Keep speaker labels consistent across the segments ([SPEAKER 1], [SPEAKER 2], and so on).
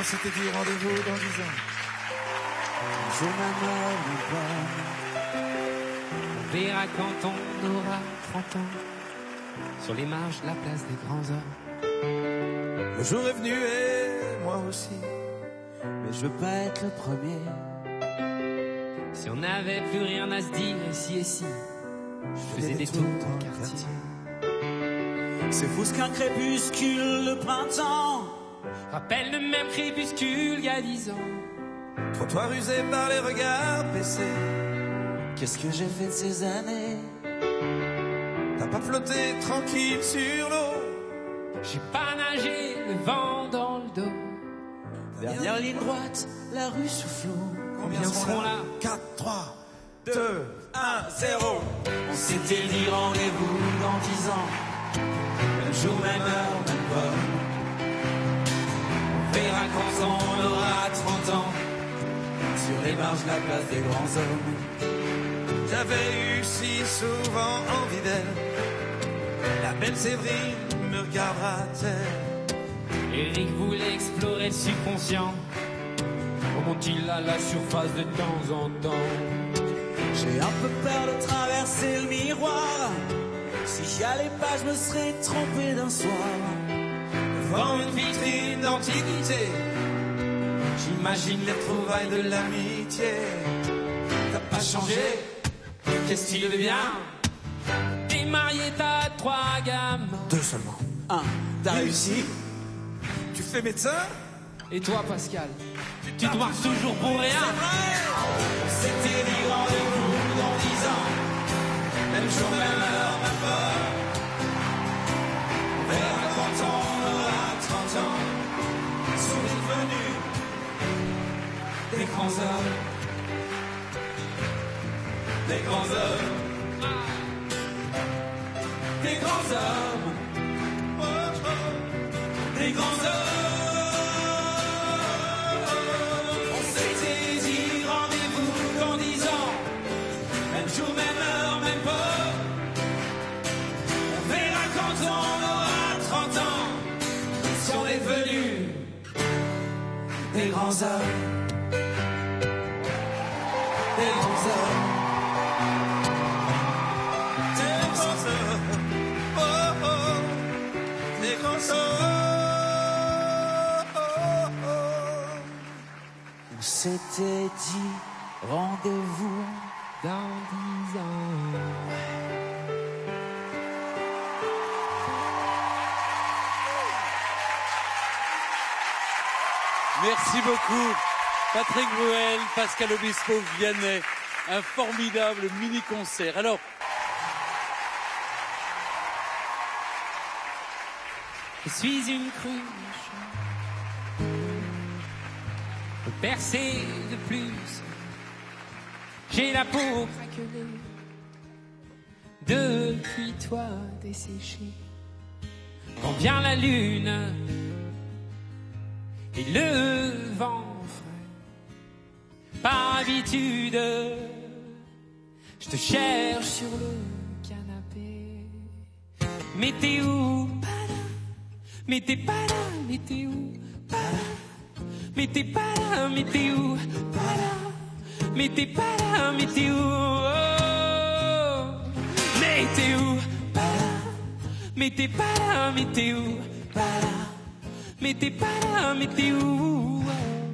[SPEAKER 1] On s'était dit rendez-vous dans 10 ans.
[SPEAKER 2] Un jour ma mort nous bonne.
[SPEAKER 3] On verra quand on aura 30 ans, sur les marges de la place des grands hommes.
[SPEAKER 1] Le jour est venu et moi aussi.
[SPEAKER 2] Mais je veux pas être le premier.
[SPEAKER 3] Si on n'avait plus rien à se dire ici et si, je faisais des tours dans le quartier.
[SPEAKER 2] C'est fou ce qu'un crépuscule le printemps
[SPEAKER 3] Rappelle le même crépuscule il y a 10 ans.
[SPEAKER 1] Trottoir usé par les regards baissés.
[SPEAKER 2] Qu'est-ce que j'ai fait de ces années?
[SPEAKER 1] T'as pas flotté tranquille sur l'eau.
[SPEAKER 3] J'ai pas nagé le vent dans le dos.
[SPEAKER 2] Dernière ligne droite, la rue sous flot.
[SPEAKER 1] Combien seront là? 4, 3, 2, 1, 0.
[SPEAKER 2] On s'était dit rendez-vous dans 10 ans. Même jour, même heure, même pas.
[SPEAKER 3] On verra quand on aura 30 ans,
[SPEAKER 2] Sur les marges de la place des grands hommes.
[SPEAKER 1] J'avais eu si souvent envie d'elle. La belle Séverine me regardera-t-elle?
[SPEAKER 3] Eric voulait explorer le subconscient. Remonte-t-il à la surface de temps en temps?
[SPEAKER 2] J'ai un peu peur de traverser le miroir. Si j'y allais pas, je me serais trompé d'un soir.
[SPEAKER 1] Devant une vitrine d'antiquité, j'imagine les trouvailles de l'amitié. T'as pas changé, qu'est-ce qu'il devient?
[SPEAKER 3] T'es marié, t'as 3 gammes.
[SPEAKER 1] 2 seulement.
[SPEAKER 2] 1. T'as réussi?
[SPEAKER 1] Tu fais médecin?
[SPEAKER 3] Et toi, Pascal, tu te marches toujours pour rien.
[SPEAKER 2] On s'était dit rendez-vous dans 10 ans.
[SPEAKER 1] Même jour, même heure, même pas.
[SPEAKER 2] On verra quand on aura 30 ans.
[SPEAKER 1] Sont devenus
[SPEAKER 2] Des grands hommes.
[SPEAKER 1] des grands hommes.
[SPEAKER 2] Des grands hommes.
[SPEAKER 1] Oh, oh.
[SPEAKER 2] Des grands hommes. On s'était dit rendez-vous dans 10 ans. Même jour, même heure, même pas. On verra quand on aura 30 ans. Si on est devenus des grands hommes. Des grands hommes.
[SPEAKER 1] Des grands hommes. Oh, oh. Des grands hommes.
[SPEAKER 2] On s'était dit rendez-vous
[SPEAKER 3] Dans 10 ans.
[SPEAKER 4] Merci beaucoup. Patrick Bruel, Pascal Obispo, Vianney. Un formidable mini-concert. Alors,
[SPEAKER 3] Je suis une cruche, percée de plus. J'ai la peau craquelée, depuis toi desséchée. Quand vient la lune et le vent frais, par habitude, je te cherche sur le canapé. Mais t'es où? Mais t'es pas là, mais t'es où? Pas là. Mais t'es pas là, mais t'es où? Pas là. Mais t'es pas là, mais t'es où? Oh. Mais t'es où? Pas là. Mais t'es pas là, mais t'es où? Pas là. Mais t'es pas là, mais t'es où?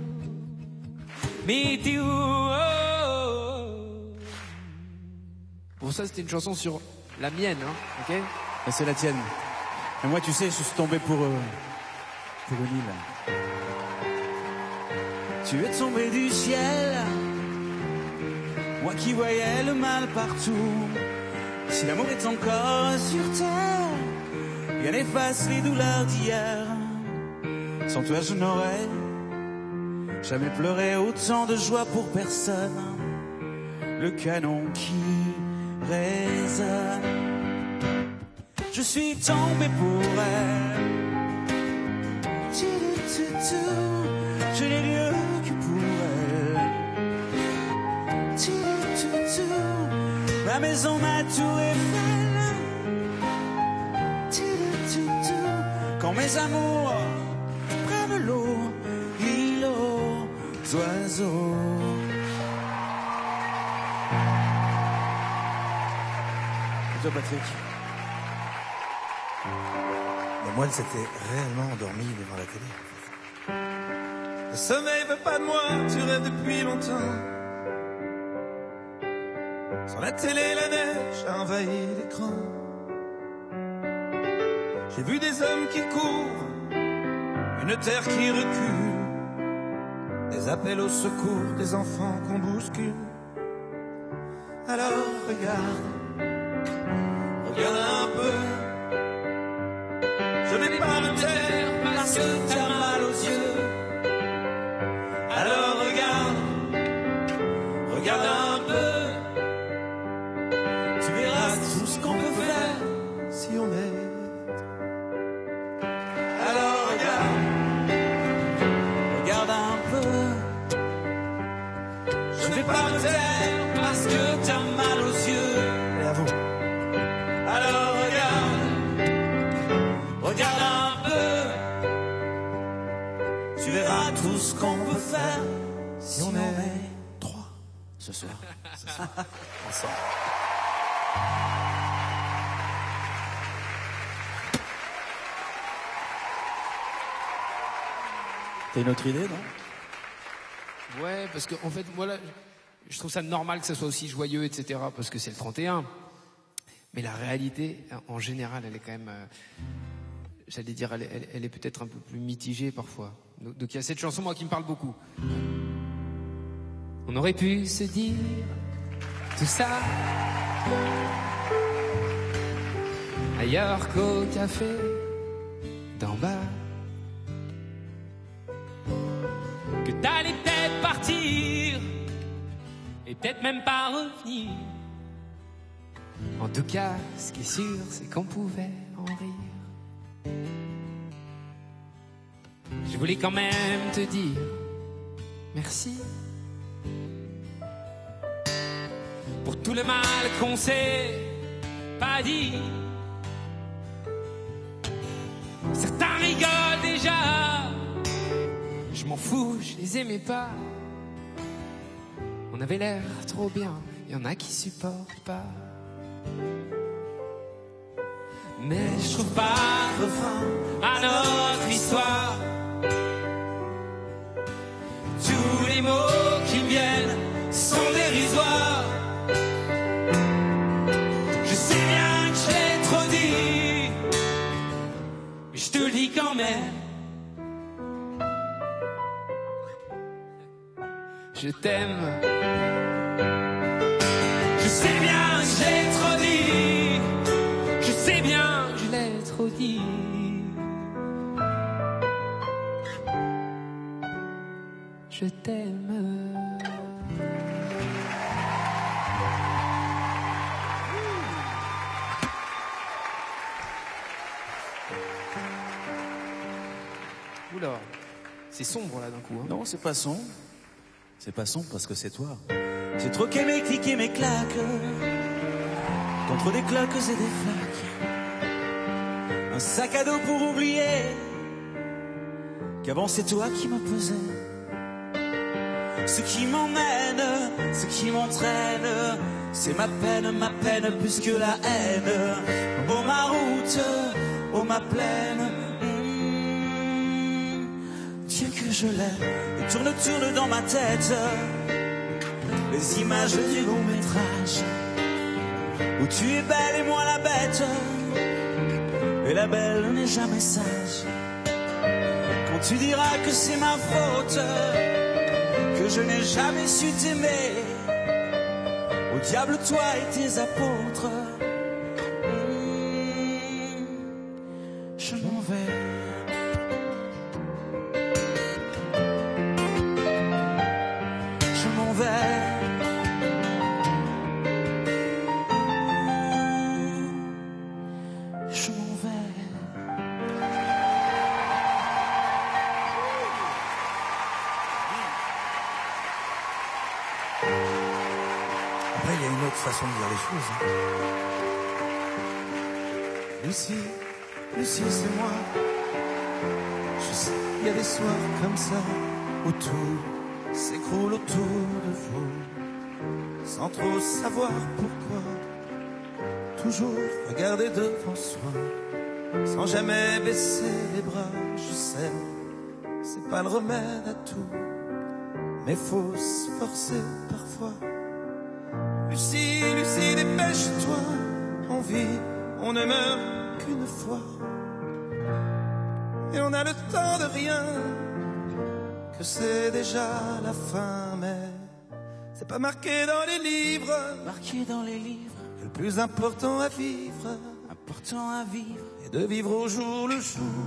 [SPEAKER 3] Mais t'es où?
[SPEAKER 5] Bon, ça, c'était une chanson sur la mienne, hein, ok?
[SPEAKER 2] Et c'est la tienne. Et moi, tu sais, je suis tombé pour une île. Tu es tombé du ciel, moi qui voyais le mal partout. Si l'amour est encore sur terre, rien n'efface les douleurs d'hier. Sans toi, je n'aurais jamais pleuré autant de joie pour personne. Le canon qui résonne. Je suis tombé pour elle. Je n'ai lieu que pour elle. Ma maison, ma tour Eiffel. Quand mes amours prennent l'eau,
[SPEAKER 1] oiseaux.
[SPEAKER 2] Et toi, Patrick?
[SPEAKER 1] Mais moi, elle s'était réellement endormie devant la télé. Le sommeil veut pas de moi, tu rêves depuis longtemps. Sur la télé, la neige a envahi l'écran. J'ai vu des hommes qui courent, une terre qui recule, des appels au secours, des enfants qu'on bouscule. Alors regarde, regarde un peu. Je vais pas me taire parce que t'as mal aux yeux. Alors regarde, regarde un peu. Tu verras tout ce qu'on peut faire si on est. Alors regarde, regarde un peu. Je vais pas me taire parce que t'as mal aux yeux. Et à vous. Alors regarde, regarde un peu. Tu verras tout ce qu'on peut faire si on est 3 ce soir. Ensemble.
[SPEAKER 2] T'as une autre idée, non?
[SPEAKER 5] Ouais, parce que en fait, moi là, je trouve ça normal que ça soit aussi joyeux, etc. Parce que c'est le 31. Mais la réalité, en général, elle est quand même, j'allais dire, elle est peut-être un peu plus mitigée parfois. Donc il y a cette chanson, moi, qui me parle beaucoup. On aurait pu se dire tout ça ailleurs qu'au café d'en bas.
[SPEAKER 3] Que t'allais peut-être partir et peut-être même pas revenir.
[SPEAKER 5] En tout cas, ce qui est sûr, c'est qu'on pouvait en rire. Je voulais quand même te dire merci
[SPEAKER 3] Pour tout le mal qu'on s'est pas dit. Certains rigolent déjà.
[SPEAKER 5] Je m'en fous, je les aimais pas. On avait l'air trop bien, y en a qui supportent pas.
[SPEAKER 3] Mais je trouve pas de refrain à notre histoire. Tous les mots qui me viennent sont dérisoires. Je sais bien que je l'ai trop dit, mais je te le dis quand même.
[SPEAKER 5] Je t'aime.
[SPEAKER 3] Je sais bien que j'ai trop dit. Je sais bien,
[SPEAKER 5] Je l'ai trop dit. Je t'aime. Oula, c'est sombre là d'un coup. Hein.
[SPEAKER 2] Non, c'est pas sombre. C'est pas sombre parce que c'est toi. J'ai troqué mes clics et mes claques contre des cloques et des flaques. Un sac à dos pour oublier qu'avant c'est toi qui me pesais. Ce qui m'emmène, ce qui m'entraîne, c'est ma peine plus que la haine. Oh ma route, oh ma plaine. Dieu que je l'aime. Et tourne dans ma tête les images du long métrage où tu es belle et moi la bête. Et la belle n'est jamais sage. Quand tu diras que c'est ma faute, que je n'ai jamais su t'aimer, au diable toi et tes apôtres. Je m'en vais. Je m'en vais. Je m'en vais.
[SPEAKER 1] Après, il y a une autre façon de dire les choses. Hein. Lucie, c'est moi. Je sais, il y a des soirs comme ça autour s'écroule autour de vous, sans trop savoir pourquoi. Toujours regarder devant soi, sans jamais baisser les bras. Je sais, c'est pas le remède à tout, mais faut se forcer parfois. Lucie, Lucie, dépêche-toi, on vit, on ne meurt qu'une fois. Et on a le temps de rien, que c'est déjà la fin, mais c'est pas marqué dans les livres.
[SPEAKER 2] Marqué dans les livres.
[SPEAKER 1] Que le plus important à vivre,
[SPEAKER 2] est
[SPEAKER 1] de vivre au jour le jour.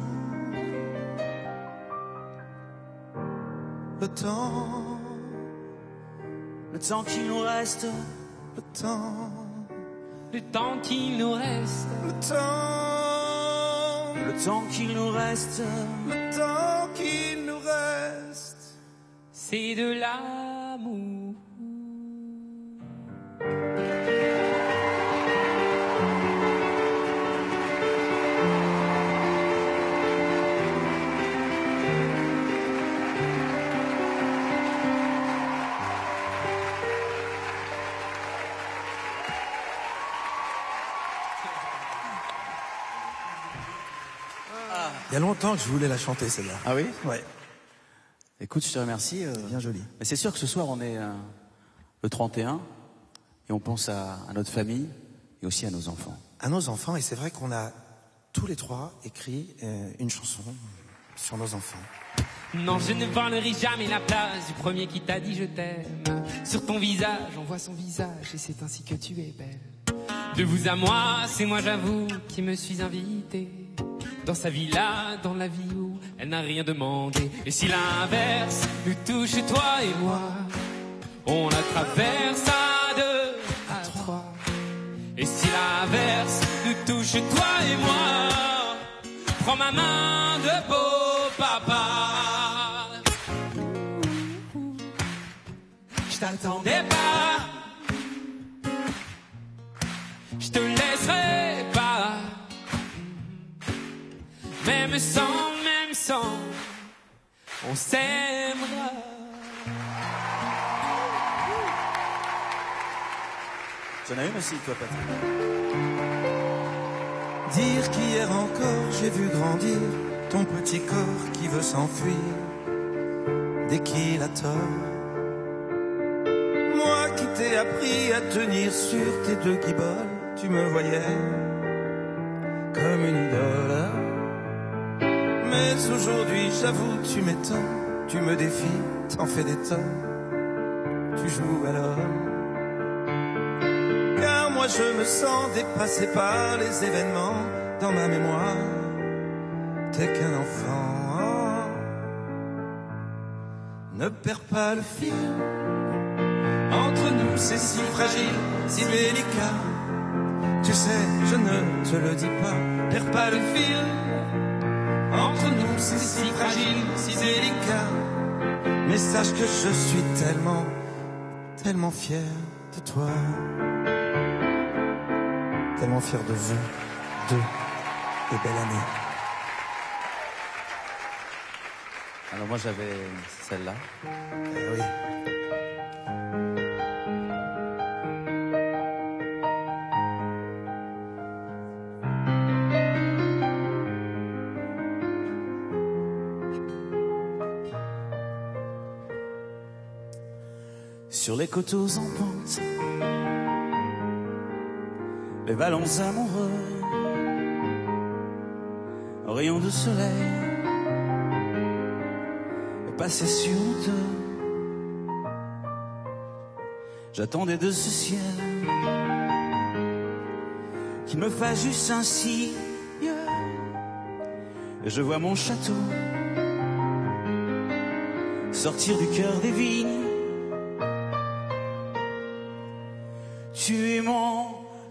[SPEAKER 1] Le temps
[SPEAKER 2] qu'il nous reste,
[SPEAKER 1] le temps
[SPEAKER 3] qu'il nous reste,
[SPEAKER 1] le temps
[SPEAKER 2] qu'il nous reste,
[SPEAKER 1] le temps qu'il nous reste,
[SPEAKER 3] c'est de l'amour.
[SPEAKER 1] Il y a longtemps que je voulais la chanter, celle-là.
[SPEAKER 2] Ah oui?
[SPEAKER 1] Ouais.
[SPEAKER 2] Écoute, je te remercie.
[SPEAKER 1] Bien joli.
[SPEAKER 2] Mais c'est sûr que ce soir, on est le 31 et on pense à notre famille et aussi à nos enfants.
[SPEAKER 1] À nos enfants, et c'est vrai qu'on a tous les trois écrit une chanson sur nos enfants.
[SPEAKER 3] Non, je ne volerai jamais la place du premier qui t'a dit je t'aime. Sur ton visage, on voit son visage et c'est ainsi que tu es belle. De vous à moi, c'est moi j'avoue qui me suis invité dans sa villa, dans la vie où elle n'a rien demandé. Et si l'inverse nous touche, toi et moi, on la traverse à deux, à trois. Et si l'inverse nous touche, toi et moi, prends ma main de beau papa. Je t'attendais pas, je te laisserai pas. Même sans, on s'aimera.
[SPEAKER 2] T'en as une aussi, toi, Patrick?
[SPEAKER 1] Dire qu'hier encore j'ai vu grandir ton petit corps qui veut s'enfuir dès qu'il a tort. Moi qui t'ai appris à tenir sur tes deux guiboles, tu me voyais comme une idole. Mais aujourd'hui, j'avoue, tu m'étonnes, tu me défies, t'en fais des tonnes, tu joues à l'homme. Car moi je me sens dépassé par les événements dans ma mémoire. T'es qu'un enfant, ne perds pas le fil. Entre nous c'est si fragile, si délicat. Tu sais, je ne te le dis pas, perds pas le fil. Entre nous c'est si fragile, si délicat. Mais sache que je suis tellement, tellement fier de toi. Tellement fier de vous deux, et belle année.
[SPEAKER 2] Alors moi j'avais celle-là.
[SPEAKER 1] Oui.
[SPEAKER 2] Sur les coteaux en pente, les ballons amoureux, rayons de soleil, passaient sur nous deux. J'attendais de ce ciel qu'il me fasse juste un signe. Et je vois mon château sortir du cœur des vignes. Tu es mon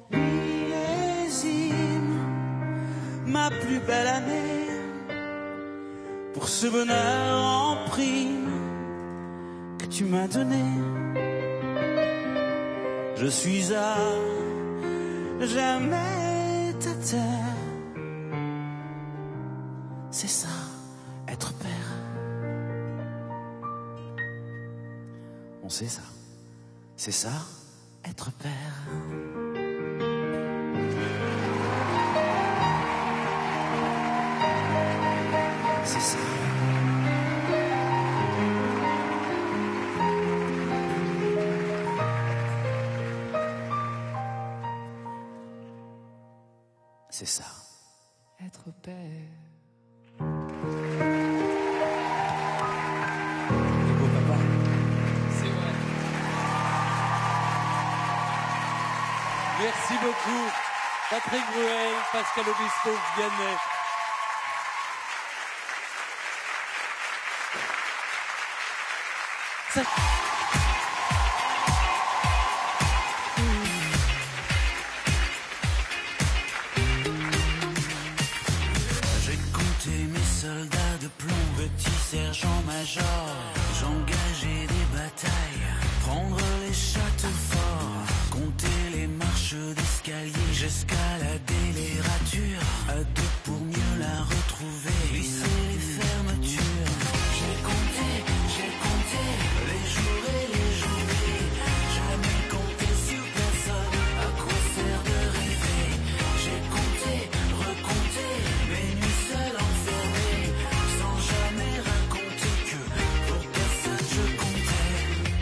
[SPEAKER 2] millésime, ma plus belle année, pour ce bonheur en prime que tu m'as donné. Je suis à jamais ta terre. C'est ça, être père.
[SPEAKER 1] sait ça. C'est ça, être père. C'est ça. C'est ça.
[SPEAKER 5] Être père.
[SPEAKER 1] C'est beau, papa.
[SPEAKER 5] C'est vrai.
[SPEAKER 4] Merci beaucoup. Patrick Bruel, Pascal Obispo, Vianney.
[SPEAKER 1] J'ai compté mes soldats de plomb, petit sergent-major. J'engageais des batailles, prendre les châteaux forts, compter les marches d'escalier. J'escaladais les ratures, à deux pour mieux la retrouver, glisser les fermetures. J'ai compté les jours et les journées. Jamais compté sur personne, à quoi sert de rêver. J'ai compté, recompté, mes nuits seules enfermées, sans jamais raconter que pour personne je comptais.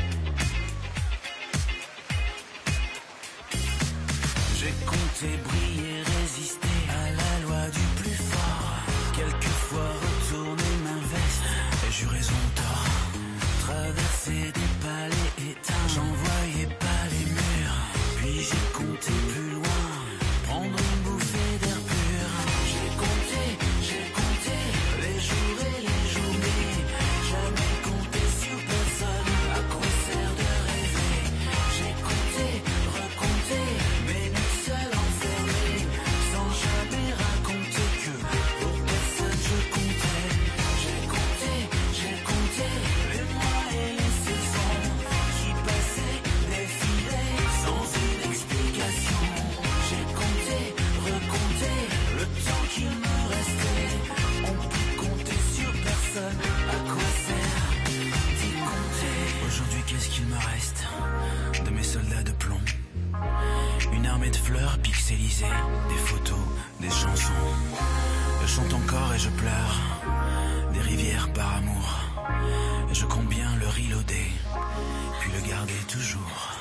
[SPEAKER 1] J'ai compté briller, résister à la loi du plus fort. Quelquefois retourner ma veste et j'eus raison tort. Traverser des palais éteints, j'en voyais pas les murs. Puis j'ai compté plus loin, prendre une bouffée d'air pur. J'ai compté les jours et les journées. Jamais compté sur personne, à quoi sert de rêver. J'ai compté, recompté, mes nuits seules enfermées, sans jamais raconter que pour personne je comptais. J'ai compté les mois et les saisons qui passaient, défilaient sans une explication. J'ai compté, recompté le temps qu'il me restait. On peut compter sur personne, à quoi sert d'y compter. Aujourd'hui, qu'est-ce qu'il me reste de mes soldats de plomb? Une armée de fleurs pixelisées, des photos, des chansons. Je chante encore et je pleure, des rivières par amour. Et je compte bien le reloader, puis le garder toujours.